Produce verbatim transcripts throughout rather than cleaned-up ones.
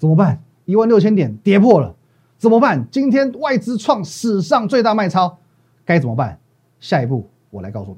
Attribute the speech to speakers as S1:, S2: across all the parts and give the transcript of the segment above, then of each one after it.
S1: 怎么办？一万六千点跌破了，怎么办？今天外资创史上最大卖超，该怎么办？下一步我来告诉你。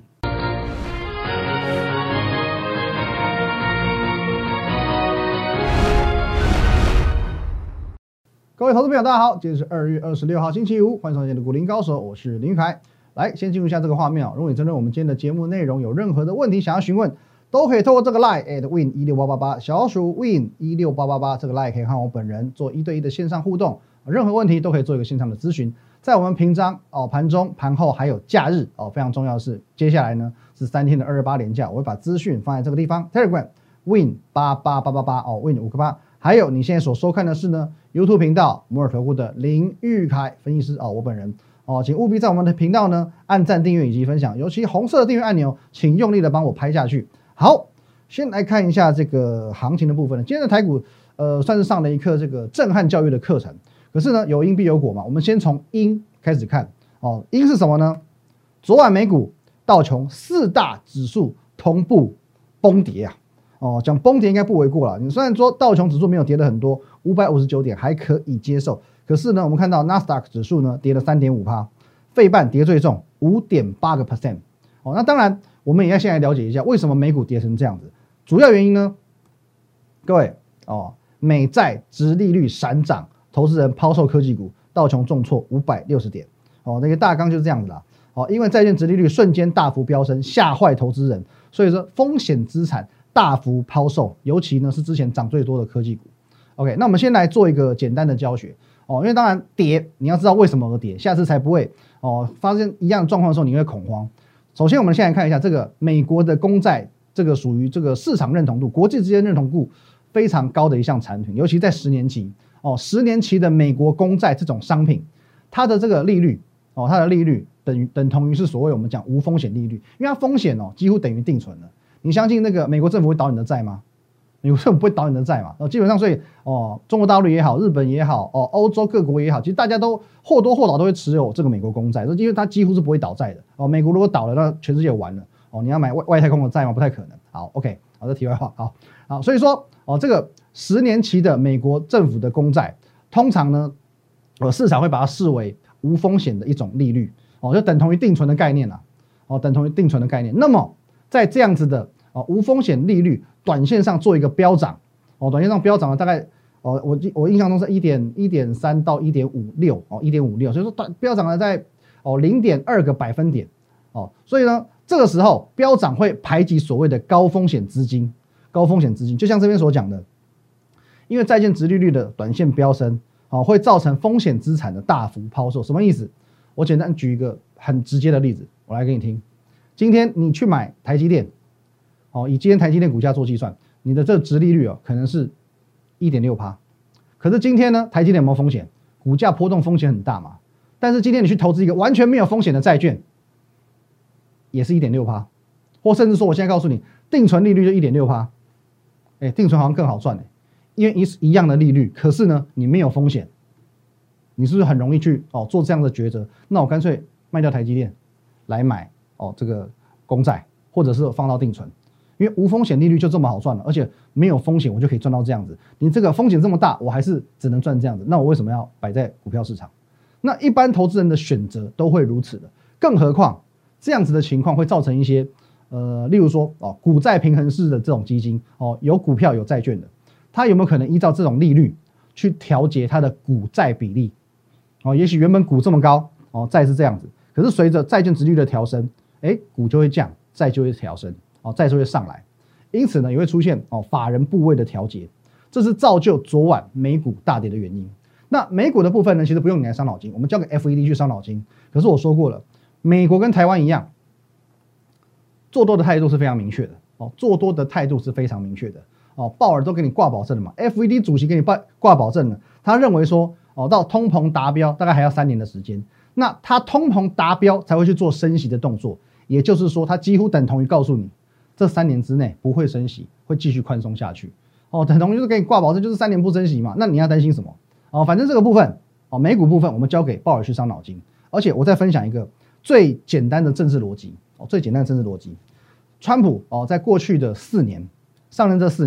S1: 各位投资朋友，大家好，今天是二月二十六号，星期五，欢迎收看今天的股林高手，我是林玉凯。来，先进入一下这个画面啊。如果你针对我们今天的节目内容有任何的问题想要询问，都可以透过这个 line at win 一六八八八小鼠 win 一六八八八这个 line 可以和我本人做一对一的线上互动，任何问题都可以做一个线上的咨询。在我们平章哦、盘中、盘后还有假日哦，非常重要的是，接下来呢是三天的二二八连假，我会把资讯放在这个地方 Telegram win 八八八八八哦 win 五个八。还有你现在所收看的是呢 YouTube 频道摩尔投顾的林玉凯分析师哦，我本人哦，请务必在我们的频道呢按赞、订阅以及分享，尤其红色的订阅按钮，请用力的帮我拍下去。好，先来看一下这个行情的部分。今天的台股呃算是上了一课这个震撼教育的课程，可是呢有因必有果嘛，我们先从因开始看哦。因是什么呢？昨晚美股道琼四大指数同步崩跌啊。哦，讲崩跌应该不为过了。你虽然说道琼指数没有跌的很多，五百五十九点还可以接受，可是呢，我们看到纳斯达克指数呢跌了 三点五趴， 费半跌最重 五点八个百分点。哦，那当然我们也要先来了解一下为什么美股跌成这样子。主要原因呢，各位哦，美债殖利率闪涨，投资人抛售科技股，道琼重挫五百六十点。哦，那个大纲就是这样子啦。哦，因为债券殖利率瞬间大幅飙升，吓坏投资人，所以说风险资产大幅抛售，尤其呢是之前涨最多的科技股。OK， 那我们先来做一个简单的教学哦，因为当然跌，你要知道为什么而跌，下次才不会哦发生一样的状况的时候你会恐慌。首先，我们先来看一下这个美国的公债，这个属于这个市场认同度、国际之间认同度非常高的一项产品，尤其在十年期哦，十年期的美国公债这种商品，它的这个利率哦，它的利率等于等同于是所谓我们讲无风险利率，因为它风险哦几乎等于定存了。你相信那个美国政府会倒你的债吗？美国政府不会倒你的债嘛？哦，基本上，所以哦，中国大陆也好，日本也好，哦，欧洲各国也好，其实大家都或多或少都会持有这个美国公债，因为它几乎是不会倒债的。哦，美国如果倒了，那全世界完了。哦，你要买外外太空的债吗？不太可能。好 ，OK， 好，这题外话，好，好，所以说哦，这个十年期的美国政府的公债，通常呢，呃，市场会把它视为无风险的一种利率，哦，就等同于定存的概念啦，哦，等同于定存的概念。那么在这样子的哦无风险利率短线上做一个飙涨，哦，短线上飙涨了大概哦我我印象中是一点一点三到一点五六哦一点五六，所以说短飙涨了在哦零点二个百分点哦，所以呢这个时候飙涨会排挤所谓的高风险资金，高风险资金就像这边所讲的，因为债券殖利率的短线飙升哦会造成风险资产的大幅抛售，什么意思？我简单举一个很直接的例子，我来给你听。今天你去买台积电，哦，以今天台积电股价做计算，你的这个殖利率哦，可能是 一点六趴。可是今天呢，台积电有没有风险？股价波动风险很大嘛。但是今天你去投资一个完全没有风险的债券，也是 一点六趴，或甚至说，我现在告诉你，定存利率就 一点六趴。哎，定存好像更好赚哎，因为一一样的利率，可是呢，你没有风险，你是不是很容易去哦做这样的抉择？那我干脆卖掉台积电，来买。哦，这个公债或者是放到定存，因为无风险利率就这么好赚了，而且没有风险我就可以赚到这样子。你这个风险这么大，我还是只能赚这样子，那我为什么要摆在股票市场？那一般投资人的选择都会如此的，更何况这样子的情况会造成一些呃，例如说哦，股债平衡式的这种基金哦，有股票有债券的，它有没有可能依照这种利率去调节它的股债比例？哦，也许原本股这么高哦，债是这样子，可是随着债券殖利率的调升。哎，股就会降，债就会调升，哦，债就会上来，因此呢，也会出现哦法人部位的调节，这是造就昨晚美股大跌的原因。那美股的部分呢，其实不用你来伤脑筋，我们交给 F E D 去伤脑筋。可是我说过了，美国跟台湾一样，做多的态度是非常明确的，哦，做多的态度是非常明确的，哦，鲍尔都给你挂保证了嘛 ，F E D 主席给你挂保证了，他认为说，哦，到通膨达标大概还要三年的时间。那它通膨达标才会去做升息的动作，也就是说，它几乎等同于告诉你，这三年之内不会升息，会继续宽松下去。哦，等同于就是给你挂保证，就是三年不升息嘛。那你要担心什么？哦，反正这个部分，哦，美股部分我们交给鲍尔去伤脑筋。而且我再分享一个最简单的政治逻辑，哦，最简单的政治逻辑。川普哦，在过去的四年，上任这四年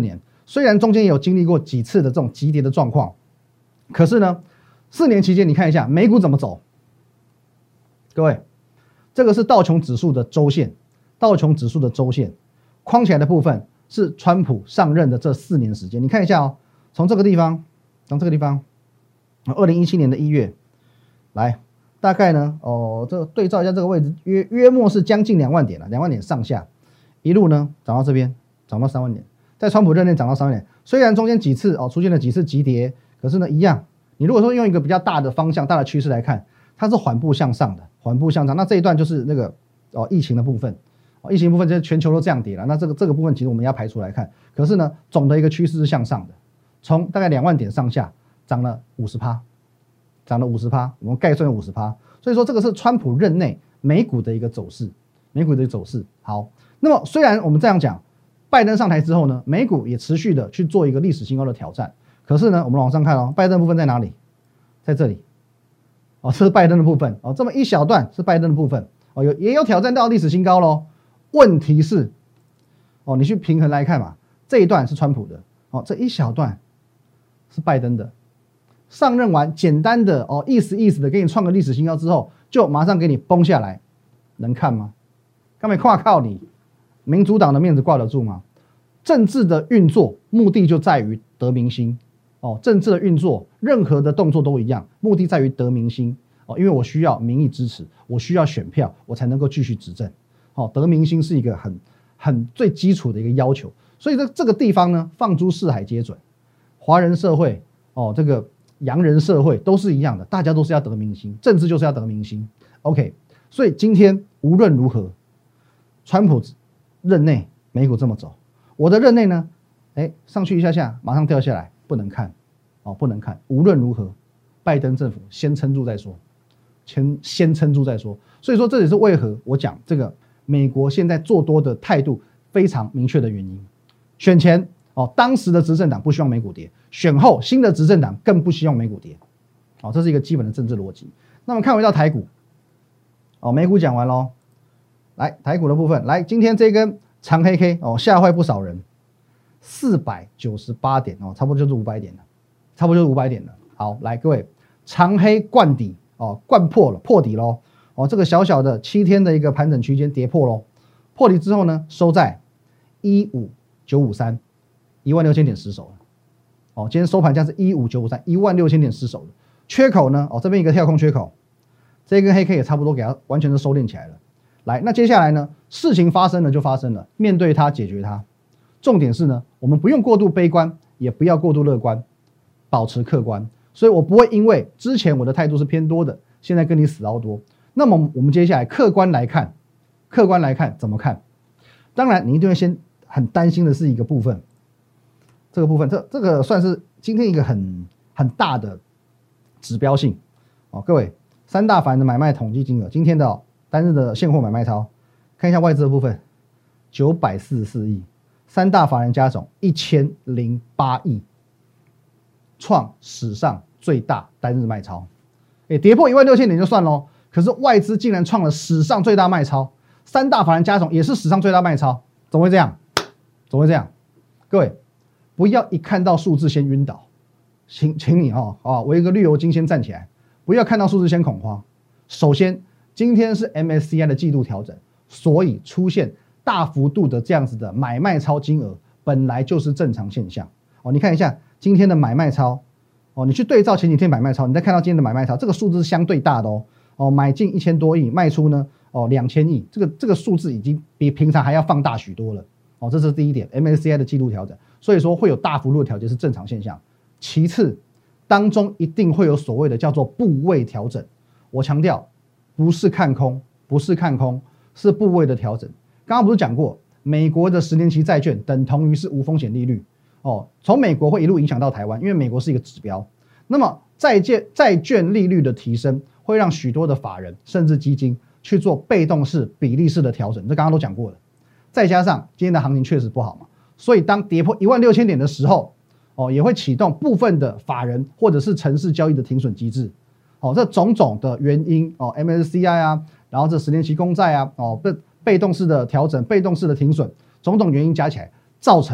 S1: 虽然中间有经历过几次的这种急跌的状况，可是呢，四年期间你看一下美股怎么走。各位，这个是道琼指数的周线，道琼指数的周线框起来的部分是川普上任的这四年时间。你看一下哦，从这个地方，从这个地方，二零一七年的一月，来，大概呢，哦，这个对照一下这个位置，约约莫是将近两万点了，两万点上下，一路呢涨到这边，涨到三万点，在川普任内涨到三万点。虽然中间几次哦出现了几次急跌，可是呢一样，你如果说用一个比较大的方向、大的趋势来看，它是缓步向上的，缓步向上。那这一段就是那个哦疫情的部分，哦疫情部分就是全球都这样跌了，那这个这个部分其实我们要排除来看，可是呢总的一个趋势是向上的，从大概两万点上下涨了五十趴，涨了五十趴，我们概算五十趴。所以说这个是川普任内美股的一个走势，美股的一个走势。好，那么虽然我们这样讲，拜登上台之后呢，美股也持续的去做一个历史新高的挑战，可是呢，我们往上看哦，拜登的部分在哪里？在这里。哦，这是拜登的部分哦，这么一小段是拜登的部分哦，有也有挑战到历史新高咯。问题是，哦，你去平衡来看嘛，这一段是川普的哦，这一小段是拜登的。上任完简单的哦意思意思的给你创个历史新高之后，就马上给你崩下来，能看吗？干没跨靠你，民主党的面子挂得住吗？政治的运作目的就在于得民心。哦，政治的运作，任何的动作都一样，目的在于得民心哦，因为我需要民意支持，我需要选票，我才能够继续执政。哦，得民心是一个很很最基础的一个要求，所以这这个地方呢，放诸四海皆准，华人社会哦，这个洋人社会都是一样的，大家都是要得民心，政治就是要得民心。OK， 所以今天无论如何，川普任内美股这么走，我的任内呢，哎，上去一下下，马上掉下来。不能看，哦，不能看。无论如何，拜登政府先撑住再说，先先撑住再说。所以说，这也是为何我讲这个美国现在做多的态度非常明确的原因。选前哦，当时的执政党不希望美股跌；选后新的执政党更不希望美股跌。哦，这是一个基本的政治逻辑。那么看回到台股，哦，美股讲完喽，来台股的部分，来今天这根长黑 K 哦，吓坏不少人。四百九十八点哦，差不多就是五百点了，差不多就是五百点了。好，来各位，长黑灌底哦，灌破了，破底喽。哦，这个小小的七天的一个盘整区间跌破喽，破底之后呢，收在一五九五三，一万六千点失守了。哦，今天收盘价是一五九五三，一万六千点失守了。缺口呢，哦这边一个跳空缺口，这根黑 K 也差不多给它完全的收敛起来了。来，那接下来呢，事情发生了就发生了，面对它，解决它。重点是呢，我们不用过度悲观，也不要过度乐观，保持客观。所以我不会因为之前我的态度是偏多的，现在跟你死凹多。那么我们接下来客观来看，客观来看怎么看？当然，你一定会先很担心的是一个部分，这个部分，这这个算是今天一个很很大的指标性哦。各位，三大法人的买卖统计金额，今天的、哦、单日的现货买卖超，看一下外资的部分，九百四十四亿。三大法人加总一千零八亿，创史上最大单日卖超，哎，跌破一万六千点就算喽，可是外资竟然创了史上最大卖超，三大法人加总也是史上最大卖超，怎么会这样？怎么会这样？各位，不要一看到数字先晕倒，请请你哦，啊，我一个绿油精先站起来，不要看到数字先恐慌。首先，今天是 M S C I 的季度调整，所以出现大幅度的这样子的买卖超金额本来就是正常现象哦。你看一下今天的买卖超哦，你去对照前几天买卖超，你再看到今天的买卖超，这个数字是相对大的哦。哦，买进一千多亿，卖出呢哦两千亿，这个这个数字已经比平常还要放大许多了哦。这是第一点 ，M S C I 的季度调整，所以说会有大幅度的调节是正常现象。其次，当中一定会有所谓的叫做部位调整，我强调不是看空，不是看空，是部位的调整。刚刚不是讲过，美国的十年期债券等同于是无风险利率哦，从美国会一路影响到台湾，因为美国是一个指标。那么债券债券利率的提升，会让许多的法人甚至基金去做被动式、比例式的调整，这刚刚都讲过了。再加上今天的行情确实不好嘛，所以当跌破一万六千点的时候，哦，也会启动部分的法人或者是程式交易的停损机制。哦，这种种的原因哦 ，M S C I 啊，然后这十年期公债啊，哦被被动式的调整、被动式的停损，种种原因加起来，造成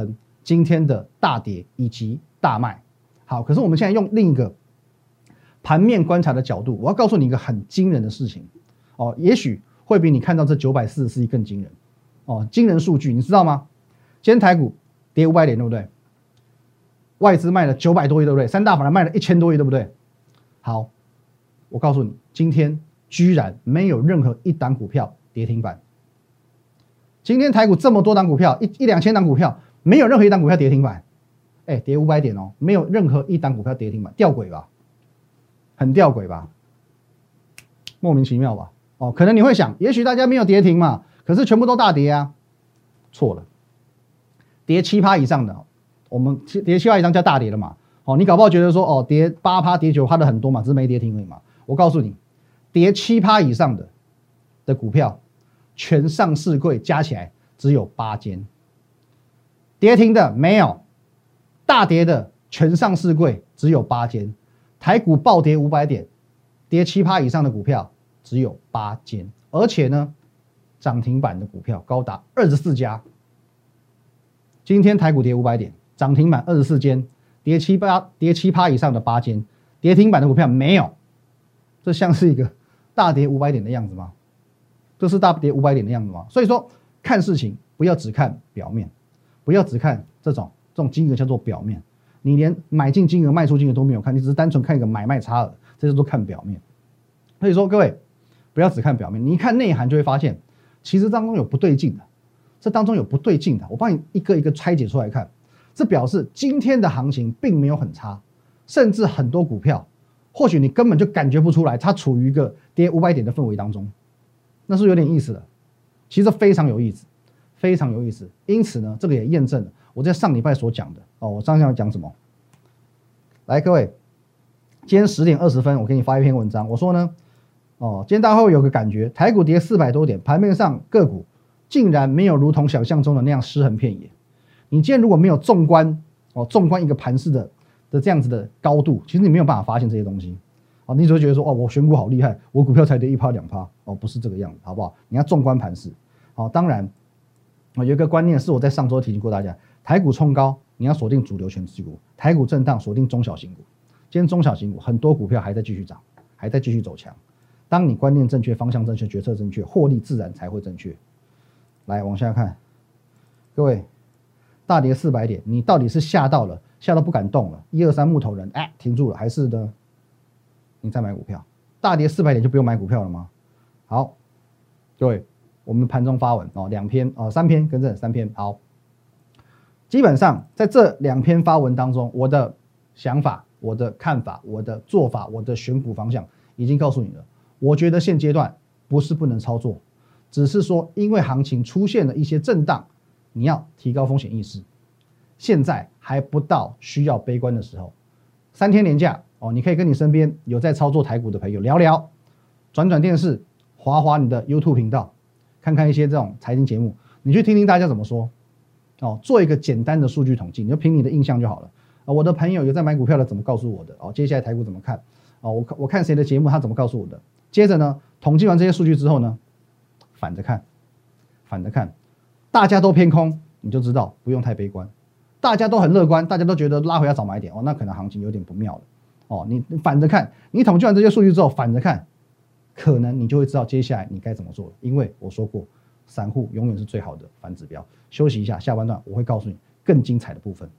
S1: 今天的大跌以及大卖。好，可是我们现在用另一个盘面观察的角度，我要告诉你一个很惊人的事情哦，也许会比你看到这九百四十四亿更惊人哦，惊人数据，你知道吗？今天台股跌五百点，对不对？外资卖了九百多亿，对不对？三大法人卖了一千多亿，对不对？好，我告诉你，今天居然没有任何一档股票跌停板。今天台股这么多档股票，一一两千档股票，没有任何一档股票跌停板。哎，跌五百点哦，没有任何一档股票跌停板，吊诡吧？很吊诡吧？莫名其妙吧？哦，可能你会想，也许大家没有跌停嘛，可是全部都大跌啊。错了，跌七趴以上的，我们跌七趴以上叫大跌了嘛？哦，你搞不好觉得说，哦，跌八趴、跌九趴的很多嘛，只是没跌停而已嘛。我告诉你，跌七趴以上的的股票，全上市柜加起来只有八间，跌停的没有，大跌的全上市柜只有八间，台股暴跌五百点，跌七趴以上的股票只有八间，而且呢，涨停板的股票高达二十四家。今天台股跌五百点，涨停板二十四间，跌七趴跌七趴以上的八间，跌停板的股票没有。这像是一个大跌五百点的样子吗？这是大跌五百点的样子吗？所以说看事情不要只看表面，不要只看这种这种金额叫做表面，你连买进金额卖出金额都没有看，你只是单纯看一个买卖差额，这叫做看表面。所以说各位不要只看表面，你一看内涵就会发现其实当中有不对劲的，这当中有不对劲的，我帮你一个一个拆解出来看。这表示今天的行情并没有很差，甚至很多股票或许你根本就感觉不出来它处于一个跌五百点的氛围当中，那是有点意思的，其实非常有意思，非常有意思。因此呢，这个也验证了我在上礼拜所讲的哦。我上次要讲什么？来，各位，今天十点二十分，我给你发一篇文章，我说呢，哦，今天大家会有个感觉，台股跌四百多点，盘面上个股竟然没有如同想象中的那样尸横遍野。你今天如果没有纵观哦，纵观一个盘势的的这样子的高度，其实你没有办法发现这些东西。哦，你只会觉得说，哦，我选股好厉害，我股票才跌一趴两趴，哦，不是这个样子，好不好？你要纵观盘势。好，当然，有一个观念是我在上周提醒过大家，台股冲高，你要锁定主流权值股；台股震荡，锁定中小型股。今天中小型股很多股票还在继续涨，还在继续走强。当你观念正确、方向正确、决策正确，获利自然才会正确。来，往下看，各位，大跌四百点，你到底是吓到了，吓到不敢动了，一二三木头人，哎，停住了，还是呢？你再买股票，大跌四百点就不用买股票了吗？好，各位，我们盘中发文哦，两篇哦，三篇跟这三篇，好，基本上在这两篇发文当中，我的想法、我的看法、我的做法、我的选股方向已经告诉你了。我觉得现阶段不是不能操作，只是说因为行情出现了一些震荡，你要提高风险意识。现在还不到需要悲观的时候，三天连假哦，你可以跟你身边有在操作台股的朋友聊聊，转转电视，滑滑你的 YouTube 频道，看看一些这种财经节目，你去听听大家怎么说哦，做一个简单的数据统计，你就凭你的印象就好了。啊，我的朋友有在买股票的怎么告诉我的哦？接下来台股怎么看？哦，我我看谁的节目他怎么告诉我的？接着呢，统计完这些数据之后呢，反着看，反着看，大家都偏空，你就知道不用太悲观；大家都很乐观，大家都觉得拉回要早买点哦，那可能行情有点不妙了哦。你你反着看，你统计完这些数据之后，反着看，可能你就会知道接下来你该怎么做了。因为我说过，散户永远是最好的反指标。休息一下，下半段我会告诉你更精彩的部分。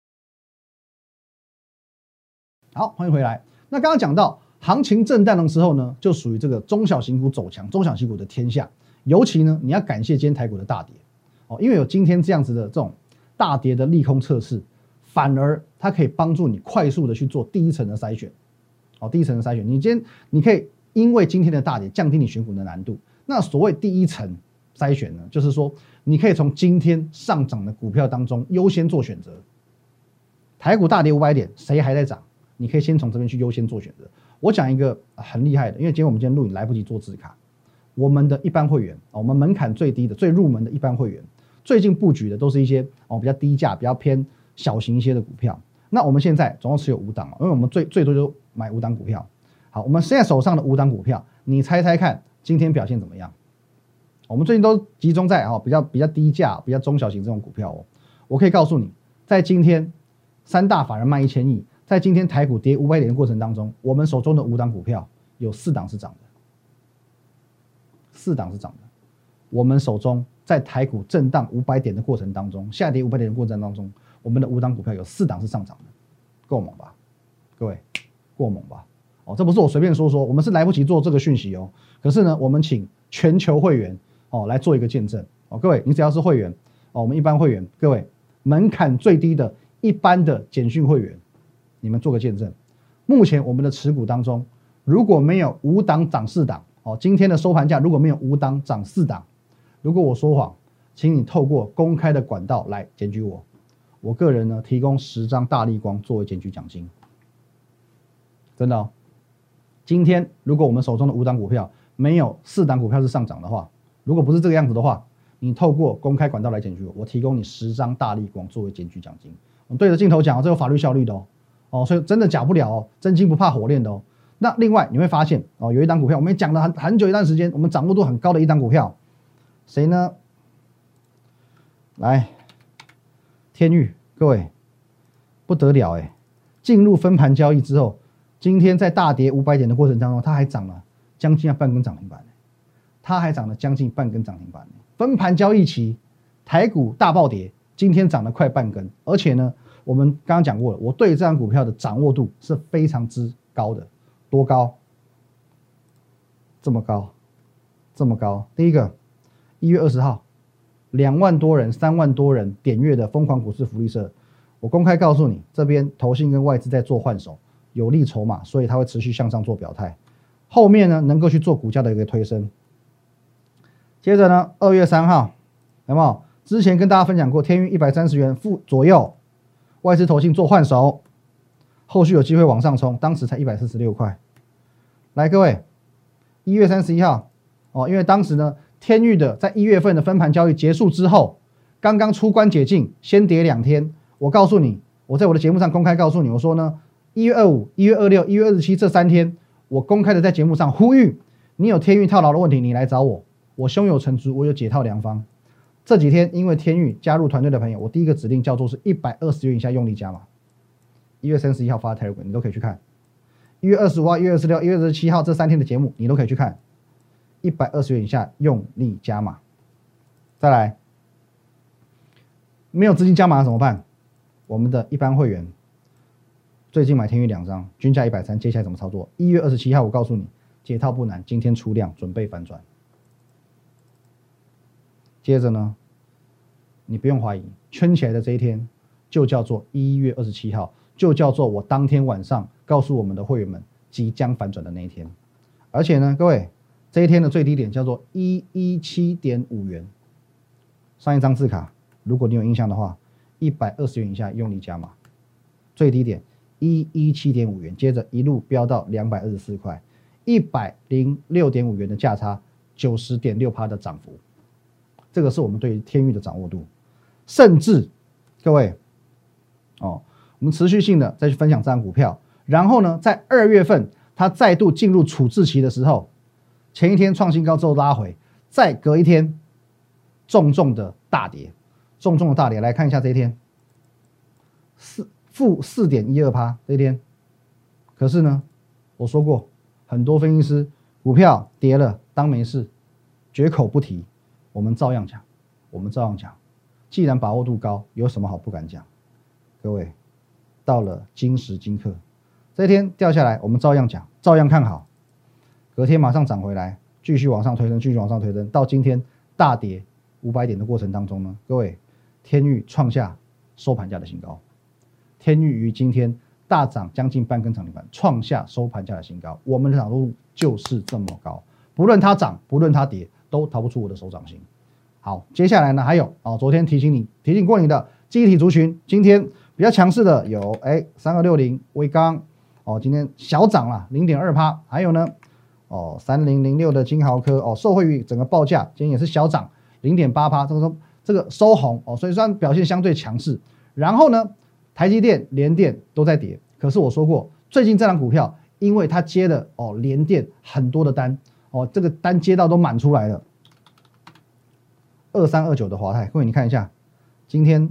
S1: 好，欢迎回来。那刚刚讲到行情震荡的时候呢，就属于这个中小型股走强，中小型股的天下。尤其呢，你要感谢今天台股的大跌哦，因为有今天这样子的这种大跌的利空测试，反而它可以帮助你快速的去做第一层的筛选哦，第一层的筛选。你今天你可以因为今天的大跌降低你选股的难度。那所谓第一层筛选呢，就是说你可以从今天上涨的股票当中优先做选择。台股大跌五百点，谁还在涨？你可以先从这边去优先做选择。我讲一个很厉害的，因为今天我们今天录影来不及做字卡，我们的一般会员，我们门槛最低的、最入门的一般会员，最近布局的都是一些哦比较低价、比较偏小型一些的股票。那我们现在总共持有五档，因为我们最最多就买五档股票。好，我们现在手上的五档股票，你猜猜看今天表现怎么样？我们最近都集中在哦比较比较低价、比较中小型这种股票哦。我可以告诉你， 在今天三大法人卖一千亿，在今天台股跌五百点的过程当中，我们手中的五档股票有四档是涨的，四档是涨的。我们手中在台股震荡五百点的过程当中，下跌五百点的过程当中，我们的五档股票有四档是上涨的，够猛吧？各位，够猛吧？哦，这不是我随便说说，我们是来不及做这个讯息哦。可是呢，我们请全球会员哦来做一个见证哦。各位，你只要是会员哦，我们一般会员，各位门槛最低的一般的简讯会员，你们做个见证。目前我们的持股当中，如果没有五档涨四档哦，今天的收盘价如果没有五档涨四档，如果我说谎，请你透过公开的管道来检举我。我个人呢提供十张大立光作为检举奖金，真的哦。今天如果我们手中的五档股票没有四档股票是上涨的话，如果不是这个样子的话，你透过公开管道来检举我，我提供你十张大立光作为检举奖金。我们对着镜头讲哦，这有法律效力的哦，哦，所以真的假不了哦，真金不怕火炼的哦。那另外你会发现哦，有一档股票我们也讲了很很久一段时间，我们掌握度很高的一档股票，谁呢？来，天钰，各位不得了哎！进入分盘交易之后，今天在大跌五百点的过程当中，它还涨了将近要半根涨停板，它还涨了将近半根涨停板。分盘交易期，台股大暴跌，今天涨了快半根，而且呢，我们刚刚讲过了，我对这张股票的掌握度是非常之高的，多高？这么高，这么高。第一个，一月二十号。两万多人、三万多人点阅的疯狂股市福利社，我公开告诉你，这边投信跟外资在做换手，有利筹码，所以它会持续向上做表态。后面呢，能够去做股价的一个推升。接着呢，二月三号，有没有？之前跟大家分享过，天钰一百三十元附左右，外资投信做换手，后续有机会往上冲，当时才一百四十六块。来，各位，一月三十一号，哦，因为当时呢。天钰的在一月份的分盘交易结束之后，刚刚出关解禁，先跌两天。我告诉你，我在我的节目上公开告诉你，我说呢，一月二五、一月二六、一月二十七这三天，我公开的在节目上呼吁，你有天钰套牢的问题，你来找我，我胸有成竹，我有解套良方。这几天因为天钰加入团队的朋友，我第一个指令叫做是一百二十元以下用力加码。一月三十一号发的 Telegram 你都可以去看，一月二十五号、一月二十六、一月二十七号这三天的节目你都可以去看。一百二十元以下用力加码，再来，没有资金加码怎么办？我们的一般会员最近买天钰两张，均价一百三，接下来怎么操作？一月二十七号我告诉你，解套不难，今天出量，准备反转。接着呢，你不用怀疑，圈起来的这一天就叫做一月二十七号，就叫做我当天晚上告诉我们的会员们即将反转的那一天。而且呢，各位。这一天的最低点叫做一百一十七点五元，上一张字卡，如果你有印象的话，一百二十元以下用力加码，最低点一百一十七点五元，接着一路飙到两百二十四块，一百零六点五元的价差，九十点六趴的涨幅，这个是我们对于天钰的掌握度，甚至各位哦，我们持续性的再去分享这张股票，然后呢，在二月份它再度进入处置期的时候。前一天创新高之后拉回，再隔一天重重的大跌，重重的大跌。来看一下这一天，四负四点一二趴这一天。可是呢，我说过，很多分析师股票跌了当没事，绝口不提。我们照样讲，我们照样讲。既然把握度高，有什么好不敢讲？各位，到了今时今刻，这一天掉下来，我们照样讲，照样看好。隔天马上涨回来，继续往上推升，继续往上推升，到今天大跌五百点的过程当中呢，各位，天钰创下收盘价的新高，天钰于今天大涨将近半根涨停板，创下收盘价的新高。我们的掌握度就是这么高，不论它涨，不论它跌，都逃不出我的手掌心。好，接下来呢还有哦，昨天提醒你提醒过你的记忆体族群，今天比较强势的有哎三二六零威刚哦，今天小涨了零点二趴，还有呢。哦，三零零六的金豪科哦，受惠于整个报价，今天也是小涨零点八趴，这个这个收红哦，所以算表现相对强势。然后呢，台积电、联电都在跌，可是我说过，最近这档股票，因为它接了哦联电很多的单哦，这个单接到都满出来了。二三二九的华泰，各位你看一下，今天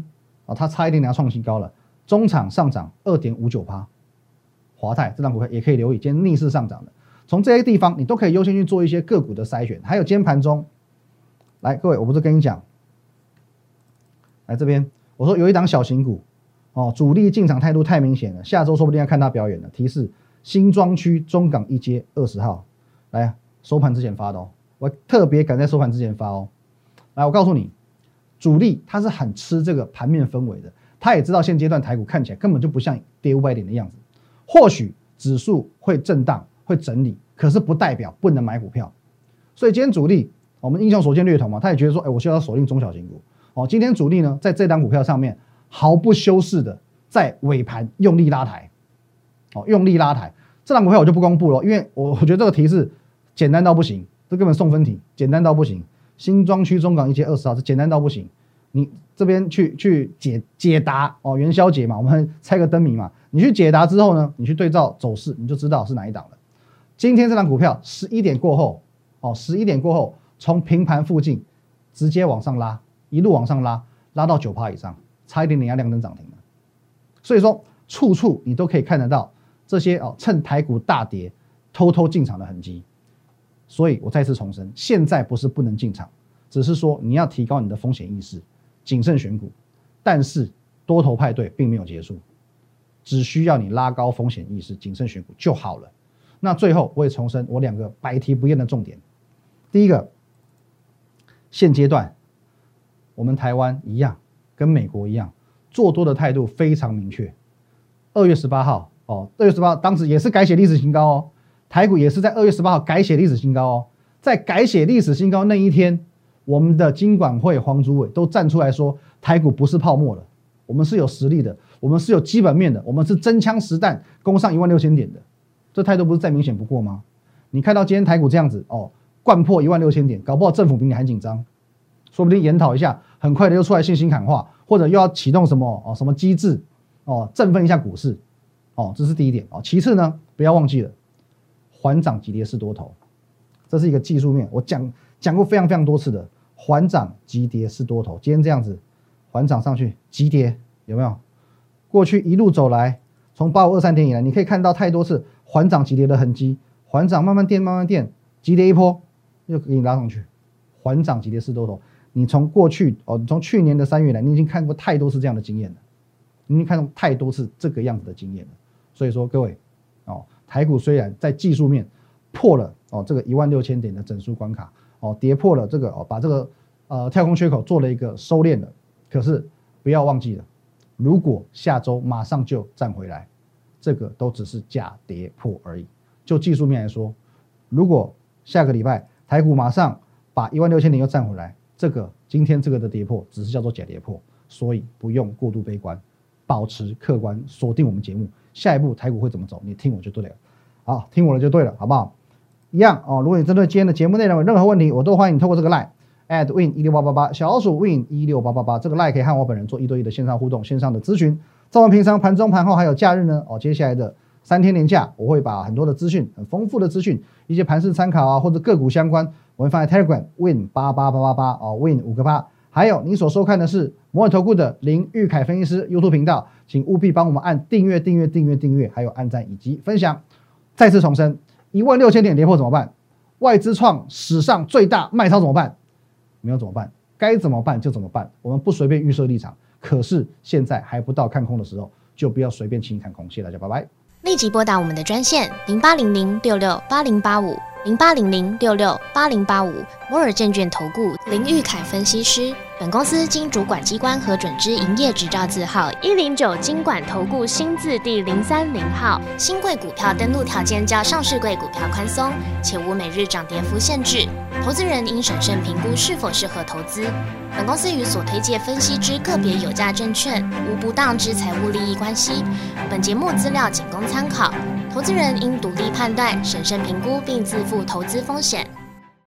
S1: 哦，它差一点点要创新高了。中场上涨 二点五九%， 华泰这档股票也可以留意，今天逆势上涨的。从这些地方你都可以优先去做一些个股的筛选。还有今天盘中，来各位，我不是跟你讲，来这边我说有一档小型股，哦，主力进场态度太明显了，下周说不定要看他表演了。提示：新庄区中港一街二十号，来收盘之前发的哦，我特别赶在收盘之前发哦。来，我告诉你，主力他是很吃这个盘面氛围的，他也知道现阶段台股看起来根本就不像跌五百点的样子，或许指数会震荡会整理，可是不代表不能买股票。所以今天主力，我们英雄所见略同嘛，他也觉得说，哎，我需要锁定中小型股。哦，今天主力呢，在这档股票上面毫不修饰的在尾盘用力拉抬，哦，用力拉抬。这档股票我就不公布了，因为我我觉得这个提示简单到不行，这根本送分题，简单到不行。新庄区中港一街二十号，这简单到不行。你这边去去解解答哦，元宵节嘛，我们猜个灯谜嘛。你去解答之后呢，你去对照走势，你就知道是哪一档了。今天这档股票十一点过后，哦，十一点过后从平盘附近直接往上拉，一路往上拉，拉到 百分之九 以上，差一点点要亮灯涨停了。所以说，处处你都可以看得到这些哦，趁台股大跌偷偷进场的痕迹。所以我再次重申，现在不是不能进场，只是说你要提高你的风险意识，谨慎选股。但是多头派对并没有结束，只需要你拉高风险意识，谨慎选股就好了。那最后我也重申我两个百提不厌的重点。第一个，现阶段我们台湾一样，跟美国一样，做多的态度非常明确。二月十八号哦，二月十八号当时也是改写历史新高哦，台股也是在二月十八号改写历史新高哦。在改写历史新高那一天，我们的金管会黄主委都站出来说，台股不是泡沫了，我们是有实力的，我们是有基本面的，我们是真枪实弹攻上一万六千点的。这态度不是再明显不过吗？你看到今天台股这样子哦，灌破一万六千点，搞不好政府比你还紧张，说不定研讨一下，很快的又出来信心喊话，或者又要启动什么哦什么机制哦，振奋一下股市哦，这是第一点哦。其次呢，不要忘记了，缓涨急跌是多头，这是一个技术面，我讲讲过非常非常多次的，缓涨急跌是多头。今天这样子缓涨上去，急跌有没有？过去一路走来，从八五二三点以来，你可以看到太多次缓涨急跌的痕迹，缓涨慢慢垫慢慢垫，急跌一波又给你拉上去，缓涨急跌是多头。你从过去哦，从去年的三月来，你已经看过太多次这样的经验了，你已经看过太多次这个样子的经验了。所以说各位哦，台股虽然在技术面破了哦这个一万六千点的整数关卡哦，跌破了这个哦，把这个呃跳空缺口做了一个收敛了，可是不要忘记了，如果下周马上就站回来，这个都只是假跌破而已。就技术面来说，如果下个礼拜台股马上把一万六千点又站回来，这个今天这个的跌破只是叫做假跌破，所以不用过度悲观，保持客观，锁定我们节目，下一步台股会怎么走，你听我就对了。好，听我的就对了，好不好？一样哦。如果你针对今天的节目内容有任何问题，我都欢迎你透过这个 line at win 一六八八八小老鼠 win 一六八八八这个 line 可以和我本人做一对一的线上互动、线上的咨询。在我们平常盘中、盘后还有假日呢，哦，接下来的三天连假，我会把很多的资讯、很丰富的资讯，一些盘势参考啊，或者个股相关，我会放在 Telegram win 八八八八八哦 win 五个八。还有你所收看的是摩尔投顾的林玉凯分析师 YouTube 频道，请务必帮我们按订阅、订阅、订阅、订阅，还有按赞以及分享。再次重申，一万六千点跌破怎么办？外资创史上最大卖超怎么办？没有怎么办？该怎么办就怎么办。我们不随便预设立场，可是现在还不到看空的时候，就不要随便轻易看空。谢谢大家，拜拜。
S2: 立即拨打我们的专线零八零零六六八零八五零八零零六六八零八五摩尔证券投顾林玉凯分析师。本公司经主管机关核准之营业执照字号一零九金管投顾新字第零三零号。新贵股票登录条件较上市贵股票宽松，且无每日涨跌幅限制。投资人应审慎评估是否适合投资。本公司与所推介分析之个别有价证券无不当之财务利益关系。本节目资料仅供参考，投资人应独立判断、审慎评估并自负投资风险。